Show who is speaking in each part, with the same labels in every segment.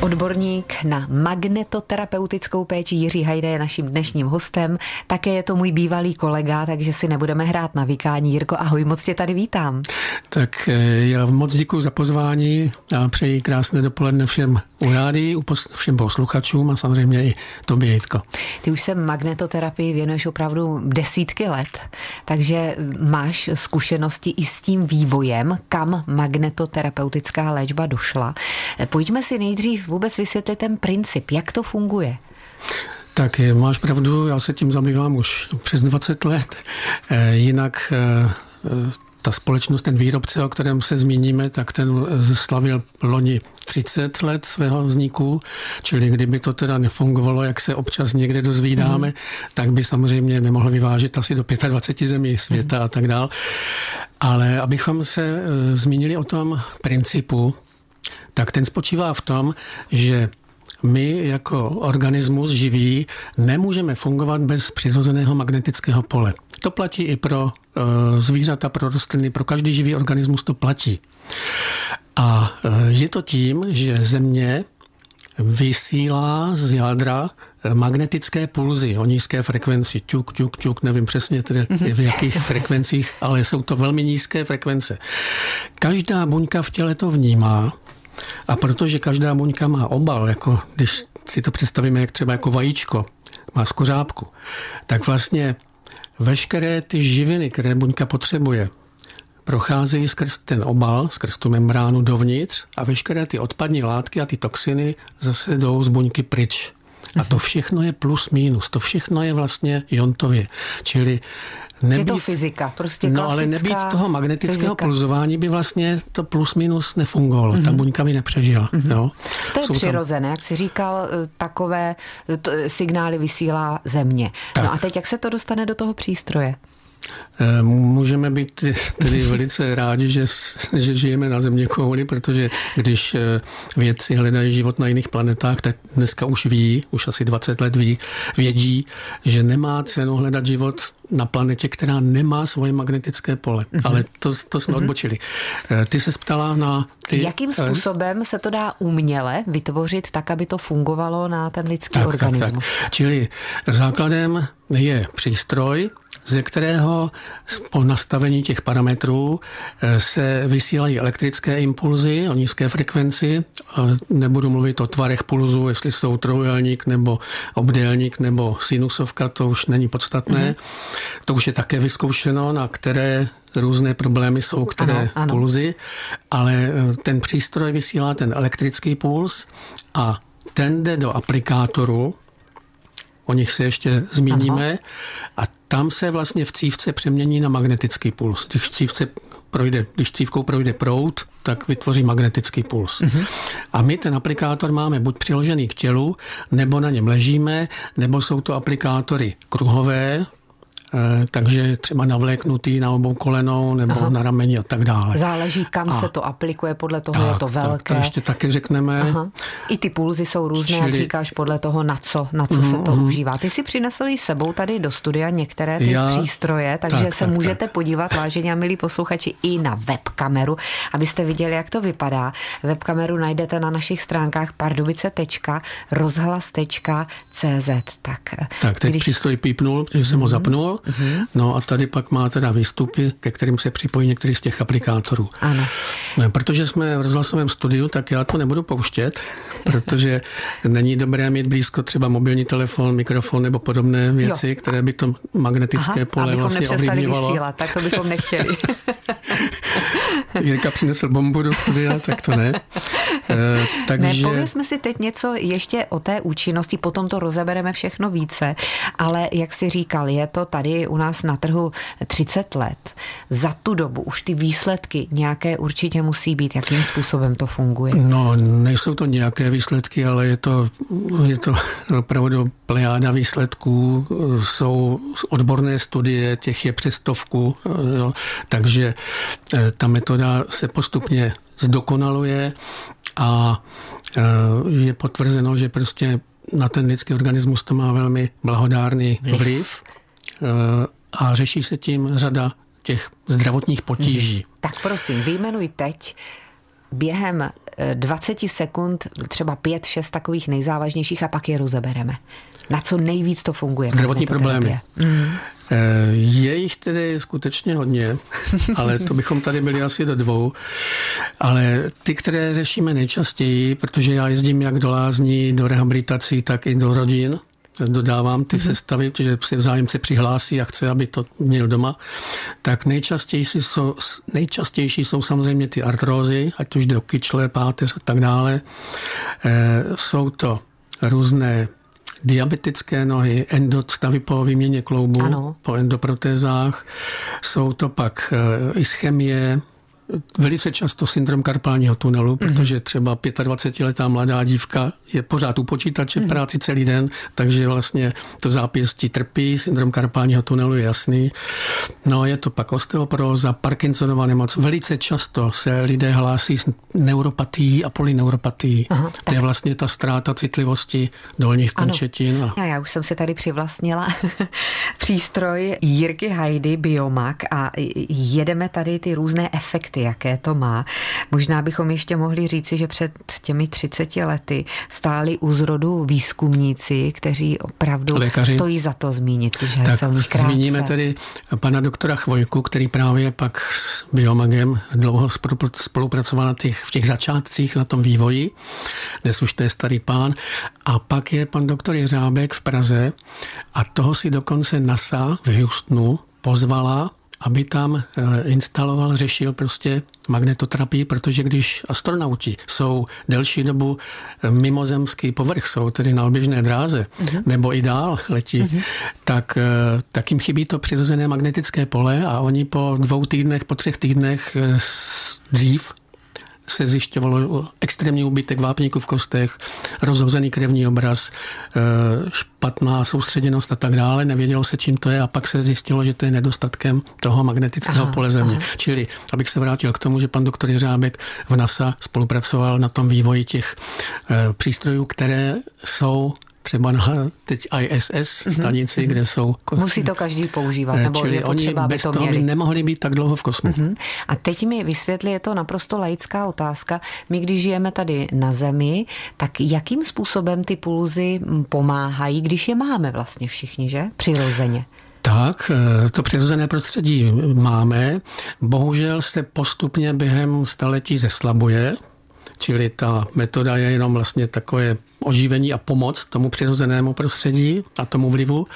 Speaker 1: Odborník na magnetoterapeutickou péči Jiří Hajda je naším dnešním hostem. Také je to můj bývalý kolega, takže si nebudeme hrát na vykání. Jirko, ahoj, moc tě tady vítám.
Speaker 2: Tak já moc děkuji za pozvání a přeji krásné dopoledne všem u rádií, všem posluchačům a samozřejmě i tobě, Jitko.
Speaker 1: Ty už se magnetoterapii věnuješ opravdu desítky let, takže máš zkušenosti i s tím vývojem, kam magnetoterapeutická léčba došla. Pojďme si nejdřív vůbec vysvětlit ten princip, jak to funguje.
Speaker 2: Tak máš pravdu, já se tím zabývám už přes 20 let. Jinak ta společnost, ten výrobce, o kterém se zmíníme, tak ten slavil loni 30 let svého vzniku, čili kdyby to teda nefungovalo, jak se občas někde dozvídáme, tak by samozřejmě nemohl vyvážet asi do 25 zemí světa a tak dál. Ale abychom se zmínili o tom principu, tak ten spočívá v tom, že my jako organismus živý nemůžeme fungovat bez přirozeného magnetického pole. To platí i pro zvířata, pro rostliny, pro každý živý organismus to platí. A je to tím, že Země vysílá z jádra magnetické pulzy o nízké frekvenci. Ťuk, ťuk, ťuk, nevím přesně tedy v jakých frekvencích, ale jsou to velmi nízké frekvence. Každá buňka v těle to vnímá. A protože každá buňka má obal, jako když si to představíme jak třeba jako vajíčko, má skořápku, tak vlastně veškeré ty živiny, které buňka potřebuje, procházejí skrz ten obal, skrz tu membránu dovnitř a veškeré ty odpadní látky a ty toxiny zase jdou z buňky pryč. A to všechno je plus minus, to všechno je vlastně iontově. Čili nebýt,
Speaker 1: je to fyzika, prostě klasická.
Speaker 2: No ale nebýt toho magnetického pulzování by vlastně to plus minus nefungovalo. Ta buňka by nepřežila. Jo?
Speaker 1: To je přirozené, jak jsi říkal, takové signály vysílá Země. Tak. No a teď jak se to dostane do toho přístroje?
Speaker 2: Můžeme být tedy velice rádi, že žijeme na zeměkouli, protože když vědci hledají život na jiných planetách, tak dneska už už asi 20 let vědí, že nemá cenu hledat život na planetě, která nemá svoje magnetické pole. Ale to jsme odbočili. Ty se ptala na ty...
Speaker 1: Jakým způsobem se to dá uměle vytvořit tak, aby to fungovalo na ten lidský organismus?
Speaker 2: Tak. Čili základem je přístroj, ze kterého po nastavení těch parametrů se vysílají elektrické impulzy o nízké frekvenci. Nebudu mluvit o tvarech pulzu, jestli jsou trojúhelník nebo obdélník nebo sinusovka, to už není podstatné. To už je také vyzkoušeno, na které různé problémy jsou, které pulzy, ale ten přístroj vysílá ten elektrický puls a ten jde do aplikátoru, o nich se ještě zmíníme, a tam se vlastně v cívce přemění na magnetický puls. Když cívkou projde proud, tak vytvoří magnetický puls. A my ten aplikátor máme buď přiložený k tělu, nebo na něm ležíme, nebo jsou to aplikátory kruhové, takže třeba navléknutý na obou kolenou nebo na rameni a tak dále.
Speaker 1: Záleží, kam se to aplikuje, podle toho je to velké.
Speaker 2: Tak to ještě taky řekneme.
Speaker 1: I ty pulzy jsou různé, jak říkáš, podle toho, na co se to užívá. Ty si přinesl s sebou tady do studia některé ty přístroje, takže se můžete podívat, vážení a milí posluchači, i na webkameru, abyste viděli, jak to vypadá. Webkameru najdete na našich stránkách pardubice.cz. Tak
Speaker 2: teď přístroj pípnul, protože jsem ho zapnul. No a tady pak má teda výstupy, ke kterým se připojí některý z těch aplikátorů.
Speaker 1: Ano.
Speaker 2: Protože jsme v rozhlasovém studiu, tak já to nebudu pouštět, protože není dobré mít blízko třeba mobilní telefon, mikrofon nebo podobné věci, které by to magnetické pole vlastně ovlivňovalo.
Speaker 1: Vysílat, tak to bychom nechtěli.
Speaker 2: Jirka přinesl bombu do studia, tak to ne.
Speaker 1: Takže... Povězme si teď něco ještě o té účinnosti, potom to rozebereme všechno více, ale jak jsi říkal, je to tady u nás na trhu 30 let. Za tu dobu už ty výsledky nějaké určitě musí být. Jakým způsobem to funguje?
Speaker 2: No, nejsou to nějaké výsledky, ale je to opravdu plejáda výsledků. Jsou odborné studie, těch je přes 100, takže ta metoda se postupně zdokonaluje a je potvrzeno, že prostě na ten lidský organismus to má velmi blahodárný vliv a řeší se tím řada těch zdravotních potíží.
Speaker 1: Tak prosím, vyjmenuj teď během 20 sekund třeba 5-6 takových nejzávažnějších a pak je rozebereme. Na co nejvíc to funguje?
Speaker 2: Zdravotní problémy. Je jich tedy skutečně hodně, ale to bychom tady byli asi do 2. Ale ty, které řešíme nejčastěji, protože já jezdím jak do lázní, do rehabilitací, tak i do rodin, dodávám ty sestavy, protože se zájemce přihlásí a chce, aby to měl doma, tak nejčastější jsou samozřejmě ty artrózy, ať už jde o kyčle, páteř a tak dále. Jsou to různé diabetické nohy, stavy po výměně kloubů, ano, po endoprotézách. Jsou to pak ischemie, velice často syndrom karpálního tunelu, protože třeba 25letá mladá dívka je pořád u počítače v práci celý den, takže vlastně to zápěstí trpí, syndrom karpálního tunelu je jasný. No je to pak osteoporóza, Parkinsonova nemoc. Velice často se lidé hlásí s neuropatií a polyneuropatií. Aha, to je vlastně ta ztráta citlivosti dolních končetin.
Speaker 1: Já už jsem si tady přivlastnila přístroj Jirky Hajdy Biomak a jedeme tady ty různé efekty, jaké to má. Možná bychom ještě mohli říci, že před těmi 30 lety stáli u zrodu výzkumníci, kteří opravdu stojí za to zmínit, že tak se o nich krátce.
Speaker 2: Zmíníme tedy pana doktora Chvojku, který právě pak s Biomagem dlouho spolupracoval v těch začátcích na tom vývoji. Dnes už to je starý pán. A pak je pan doktor Jeřábek v Praze a toho si dokonce NASA v Houstonu pozvala, aby tam instaloval, řešil prostě magnetoterapii, protože když astronauti jsou delší dobu mimozemský povrch, jsou tedy na oběžné dráze, nebo i dál letí, tak jim chybí to přirozené magnetické pole a oni po 2 týdnech, po 3 týdnech dřív se zjišťovalo extrémní úbytek vápníku v kostech, rozhozený krevní obraz, špatná soustředěnost a tak dále. Nevědělo se, čím to je a pak se zjistilo, že to je nedostatkem toho magnetického pole Země. Čili, abych se vrátil k tomu, že pan doktor Jeřábek v NASA spolupracoval na tom vývoji těch přístrojů, které jsou třeba na teď ISS stanici, kde jsou kosmy.
Speaker 1: Musí to každý používat, nebo
Speaker 2: čili
Speaker 1: je potřeba,
Speaker 2: oni bez toho by nemohli být tak dlouho v kosmu.
Speaker 1: A teď mi vysvětlí, je to naprosto laická otázka. My, když žijeme tady na Zemi, tak jakým způsobem ty pulzy pomáhají, když je máme vlastně všichni, že? Přirozeně.
Speaker 2: Tak, to přirozené prostředí máme. Bohužel se postupně během staletí zeslabuje. Čili ta metoda je jenom vlastně takové oživení a pomoc tomu přirozenému prostředí a tomu vlivu.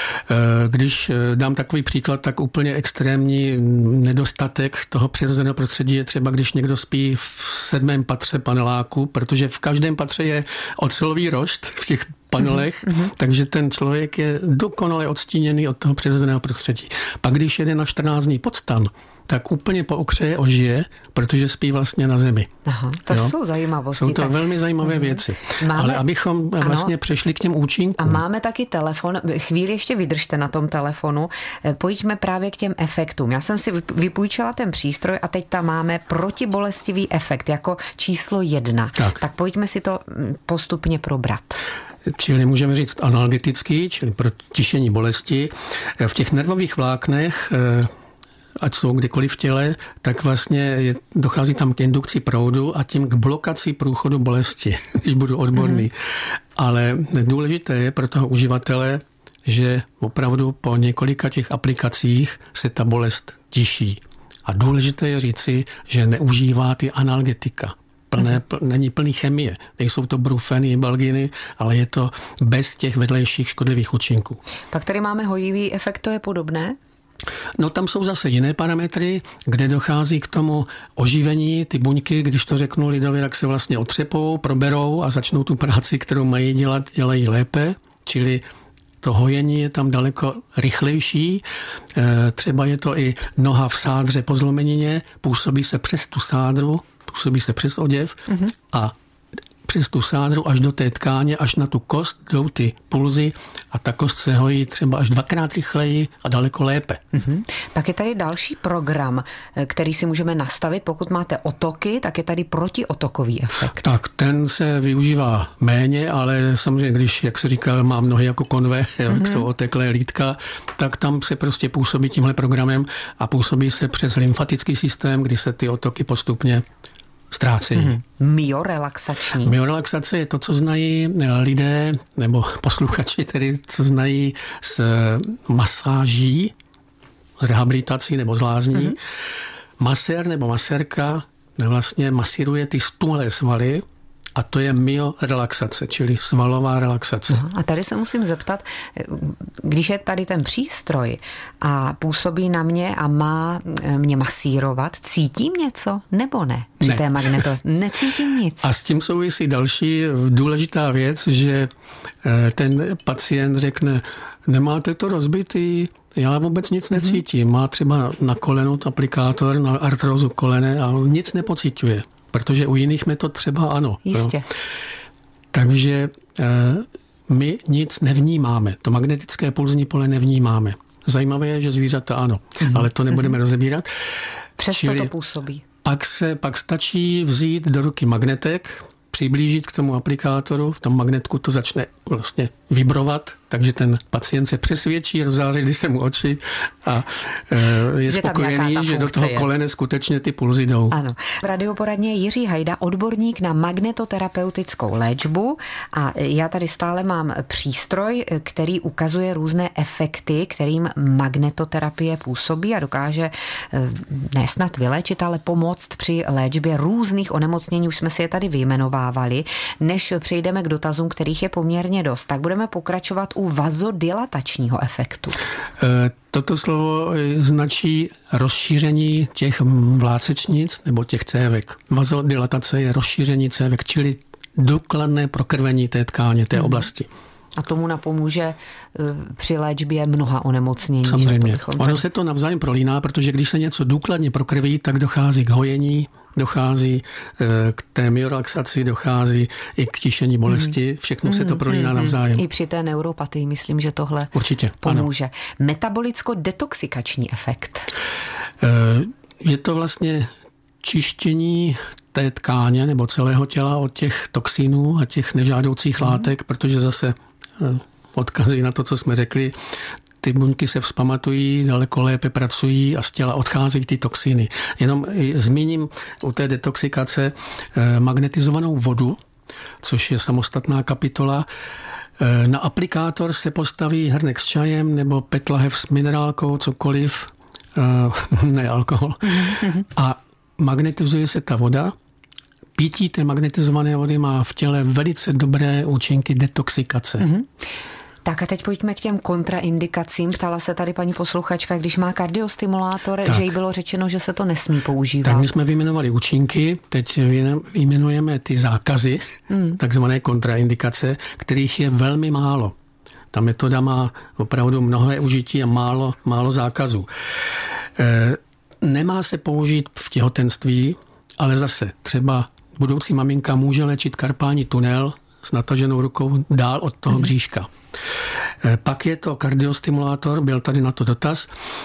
Speaker 2: Když dám takový příklad, tak úplně extrémní nedostatek toho přirozeného prostředí je třeba, když někdo spí v 7. patře paneláku, protože v každém patře je ocelový rošt v těch panelech, takže ten člověk je dokonale odstíněný od toho přirozeného prostředí. Pak když jede na 14 dní pod stan, tak úplně pookřeje ožije, protože spí vlastně na zemi.
Speaker 1: Aha, to jsou zajímavosti.
Speaker 2: Jsou to velmi zajímavé věci. Ale abychom vlastně přešli k těm účinkům.
Speaker 1: A máme taky telefon. Chvíli ještě vydržte na tom telefonu. Pojďme právě k těm efektům. Já jsem si vypůjčila ten přístroj a teď tam máme protibolestivý efekt jako číslo 1. Tak pojďme si to postupně probrat.
Speaker 2: Čili můžeme říct analgetický, čili pro tišení bolesti. V těch nervových vláknech, ať jsou kdykoliv v těle, tak vlastně dochází tam k indukci proudu a tím k blokaci průchodu bolesti, když budu odborný. Ale důležité je pro toho uživatele, že opravdu po několika těch aplikacích se ta bolest tiší. A důležité je říci, že neužívá ty analgetika. Není plný chemie. Nejsou to brufeny, balginy, ale je to bez těch vedlejších škodlivých účinků.
Speaker 1: Pak tady máme hojivý efekt, to je podobné?
Speaker 2: No tam jsou zase jiné parametry, kde dochází k tomu oživení, ty buňky, když to řeknu lidově, tak se vlastně otřepou, proberou a začnou tu práci, kterou mají dělat, dělají lépe, čili to hojení je tam daleko rychlejší. Třeba je to i noha v sádře po zlomenině, působí se přes tu sádru, působí se přes oděv a přes tu sádru až do té tkáně, až na tu kost jdou ty pulzy a ta kost se hojí třeba až 2krát rychleji a daleko lépe.
Speaker 1: Pak je tady další program, který si můžeme nastavit. Pokud máte otoky, tak je tady protiotokový efekt.
Speaker 2: Tak ten se využívá méně, ale samozřejmě, když, jak se říká, mám nohy jako konve, jak jsou oteklé lítka, tak tam se prostě působí tímhle programem a působí se přes lymfatický systém, kdy se ty otoky postupně ztrácejí.
Speaker 1: Myorelaxační.
Speaker 2: Myorelaxace je to, co znají lidé, nebo posluchači tedy, co znají z masáží, z rehabilitací nebo z lázní. Masér nebo masérka vlastně masíruje ty stůlé svaly a to je myorelaxace, čili svalová relaxace.
Speaker 1: A tady se musím zeptat, když je tady ten přístroj a působí na mě a má mě masírovat, cítím něco nebo ne? Při té necítím nic.
Speaker 2: A s tím souvisí další důležitá věc, že ten pacient řekne, nemáte to rozbitý, já vůbec nic necítím. Má třeba na kolenu aplikátor, na artrózu kolene a nic nepociťuje. Protože u jiných metod třeba ano.
Speaker 1: Jistě.
Speaker 2: Jo. Takže my nic nevnímáme. To magnetické pulzní pole nevnímáme. Zajímavé je, že zvířata ano, ale to nebudeme rozebírat.
Speaker 1: Přesto to působí.
Speaker 2: Pak stačí vzít do ruky magnetek, přiblížit k tomu aplikátoru, v tom magnetku to začne vlastně vibrovat, takže ten pacient se přesvědčí, rozářili se mu oči a je spokojený, že do toho kolene skutečně ty pulzy jdou.
Speaker 1: Ano. V radioporadně je Jiří Hajda, odborník na magnetoterapeutickou léčbu a já tady stále mám přístroj, který ukazuje různé efekty, kterým magnetoterapie působí a dokáže ne snad vyléčit, ale pomoct při léčbě různých onemocnění. Už jsme si je tady vyjmenovávali. Než přejdeme k dotazům, kterých je poměrně dost, tak budeme pokračovat u vazodilatačního efektu.
Speaker 2: Toto slovo značí rozšíření těch vlásečnic nebo těch cévek. Vazodilatace je rozšíření cévek, čili důkladné prokrvení té tkáně, té oblasti.
Speaker 1: A tomu napomůže při léčbě mnoha onemocnění.
Speaker 2: Samozřejmě. Ono se to navzájem prolíná, protože když se něco důkladně prokrví, tak dochází k hojení, dochází k té myorelaxaci, dochází i k tišení bolesti. Všechno se to prolíná navzájem.
Speaker 1: I při té neuropatii myslím, že tohle
Speaker 2: určitě
Speaker 1: pomůže. Ano. Metabolicko-detoxikační efekt.
Speaker 2: Je to vlastně čištění té tkáně nebo celého těla od těch toxinů a těch nežádoucích látek, protože zase odkazy na to, co jsme řekli, ty buňky se vzpamatují, daleko lépe pracují a z těla odcházejí ty toxiny. Jenom zmíním u té detoxikace magnetizovanou vodu, což je samostatná kapitola. Na aplikátor se postaví hrnek s čajem nebo PET lahev s minerálkou, cokoliv, ne alkohol. A magnetizuje se ta voda. Pití té magnetizované vody má v těle velice dobré účinky detoxikace.
Speaker 1: Tak a teď pojďme k těm kontraindikacím. Ptala se tady paní posluchačka, když má kardiostimulátor, že jí bylo řečeno, že se to nesmí používat.
Speaker 2: Tak my jsme vyjmenovali účinky, teď vyjmenujeme ty zákazy, takzvané kontraindikace, kterých je velmi málo. Ta metoda má opravdu mnohé užití a málo zákazů. Nemá se použít v těhotenství, ale zase třeba budoucí maminka může léčit karpální tunel s nataženou rukou dál od toho bříška. Pak je to kardiostimulátor, byl tady na to dotaz.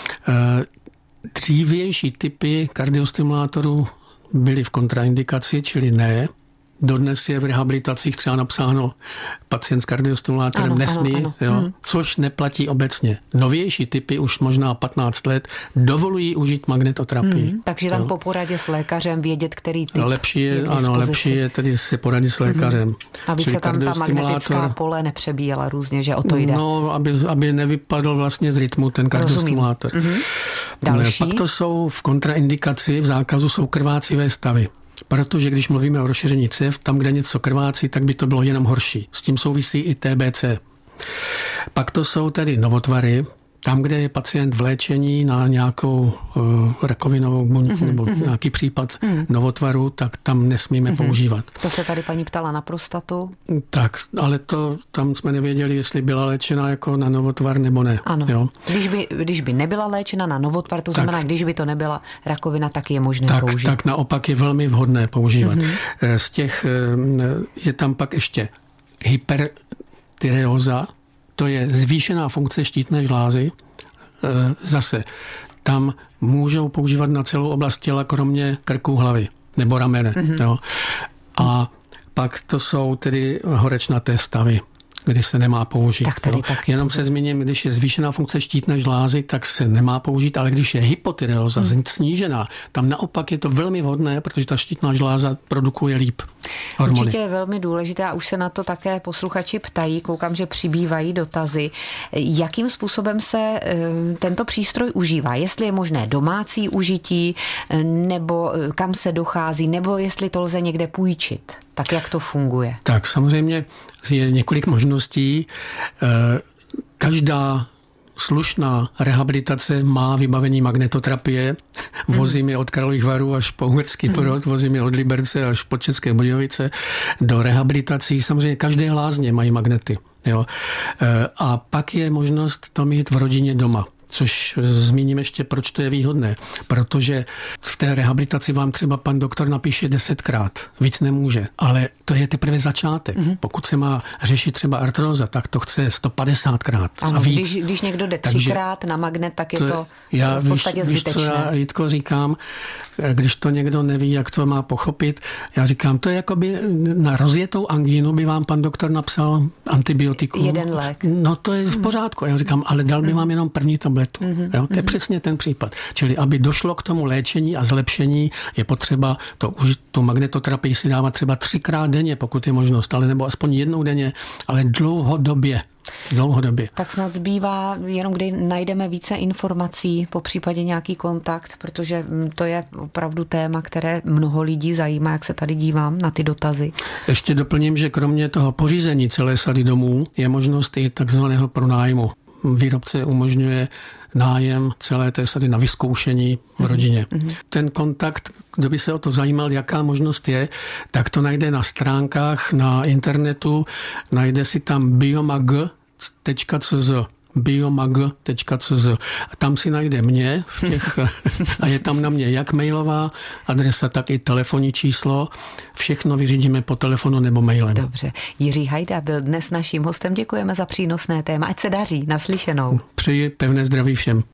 Speaker 2: Dřívější typy kardiostimulátorů byly v kontraindikaci, čili ne. Dodnes je v rehabilitacích třeba napsáno pacient s kardiostimulátorem nesmí, jo, což neplatí obecně. Novější typy, už možná 15 let, dovolují užít magnetoterapii.
Speaker 1: Takže tam po poradě s lékařem vědět, který typ
Speaker 2: lepší je tedy se poradit s lékařem.
Speaker 1: Aby se tam ta magnetická pole nepřebíjela různě, že o to jde.
Speaker 2: No, aby nevypadl vlastně z rytmu ten kardiostimulátor.
Speaker 1: Další?
Speaker 2: Pak to jsou v kontraindikaci, v zákazu jsou krvácivé stavy. Protože když mluvíme o rozšíření cév, tam, kde něco krvácí, tak by to bylo jenom horší. S tím souvisí i TBC. Pak to jsou tedy novotvary, tam, kde je pacient v léčení na nějakou rakovinovou buňku nebo nějaký případ novotvaru, tak tam nesmíme používat.
Speaker 1: To se tady paní ptala na prostatu.
Speaker 2: Tak, ale tam jsme nevěděli, jestli byla léčena jako na novotvar nebo ne.
Speaker 1: Ano.
Speaker 2: Jo?
Speaker 1: Když by nebyla léčena na novotvar, to znamená, když by to nebyla rakovina, tak je možné použít. Tak
Speaker 2: naopak je velmi vhodné používat. Z těch je tam pak ještě hypertyreóza, to je zvýšená funkce štítné žlázy. Zase tam můžou používat na celou oblast těla, kromě krku, hlavy nebo ramene. Jo. A pak to jsou tedy horečnaté stavy. kdy se nemá použít.
Speaker 1: Tak tady tak.
Speaker 2: Jenom se zmíním, když je zvýšená funkce štítné žlázy, tak se nemá použít, ale když je hypotyreóza snížená, tam naopak je to velmi vhodné, protože ta štítná žláza produkuje líp hormony.
Speaker 1: Určitě je velmi důležité a už se na to také posluchači ptají, koukám, že přibývají dotazy. Jakým způsobem se tento přístroj užívá? Jestli je možné domácí užití, nebo kam se dochází, nebo jestli to lze někde půjčit? Tak jak to funguje?
Speaker 2: Tak samozřejmě je několik možností. Každá slušná rehabilitace má vybavení magnetoterapie. Vozím je od Karlových Varů až po Uherský Brod, vozím je od Liberce až po České Budějovice do rehabilitací. Samozřejmě každé lázně mají magnety. Jo. A pak je možnost to mít v rodině doma. Což zmíním ještě, proč to je výhodné. Protože v té rehabilitaci vám třeba pan doktor napíše 10krát. Víc nemůže. Ale to je teprve začátek. Pokud se má řešit třeba artróza, tak to chce 150krát
Speaker 1: ano,
Speaker 2: a víc.
Speaker 1: Když někdo jde 3krát na magnet, tak je to v podstatě zbytečné.
Speaker 2: Víš, co já, Jitko, říkám, když to někdo neví, jak to má pochopit, já říkám, to je jakoby na rozjetou angínu by vám pan doktor napsal antibiotikum.
Speaker 1: Jeden lék.
Speaker 2: No to je v pořádku. Já říkám, ale dal by vám jenom první tabletu. Jo, to je přesně ten případ. Čili aby došlo k tomu léčení a zlepšení, je potřeba tu magnetoterapii si dávat třeba 3krát denně, pokud je možnost, ale nebo aspoň jednou denně, ale dlouhodobě. Tak snad zbývá jenom, kdy najdeme více informací, po případě nějaký kontakt, protože to je opravdu téma, které mnoho lidí zajímá, jak se tady dívám na ty dotazy. Ještě doplním, že kromě toho pořízení celé sady domů je možnost i takzvaného pronájmu. Výrobce umožňuje nájem celé té sady na vyzkoušení v rodině. Ten kontakt, kdo by se o to zajímal, jaká možnost je, tak to najde na stránkách na internetu, najde si tam biomag.cz biomag.cz. Tam si najde mě a je tam na mě jak mailová adresa, tak i telefonní číslo. Všechno vyřídíme po telefonu nebo mailem. Dobře. Jiří Hajda byl dnes naším hostem. Děkujeme za přínosné téma. Ať se daří. Naslyšenou. Přeji pevné zdraví všem.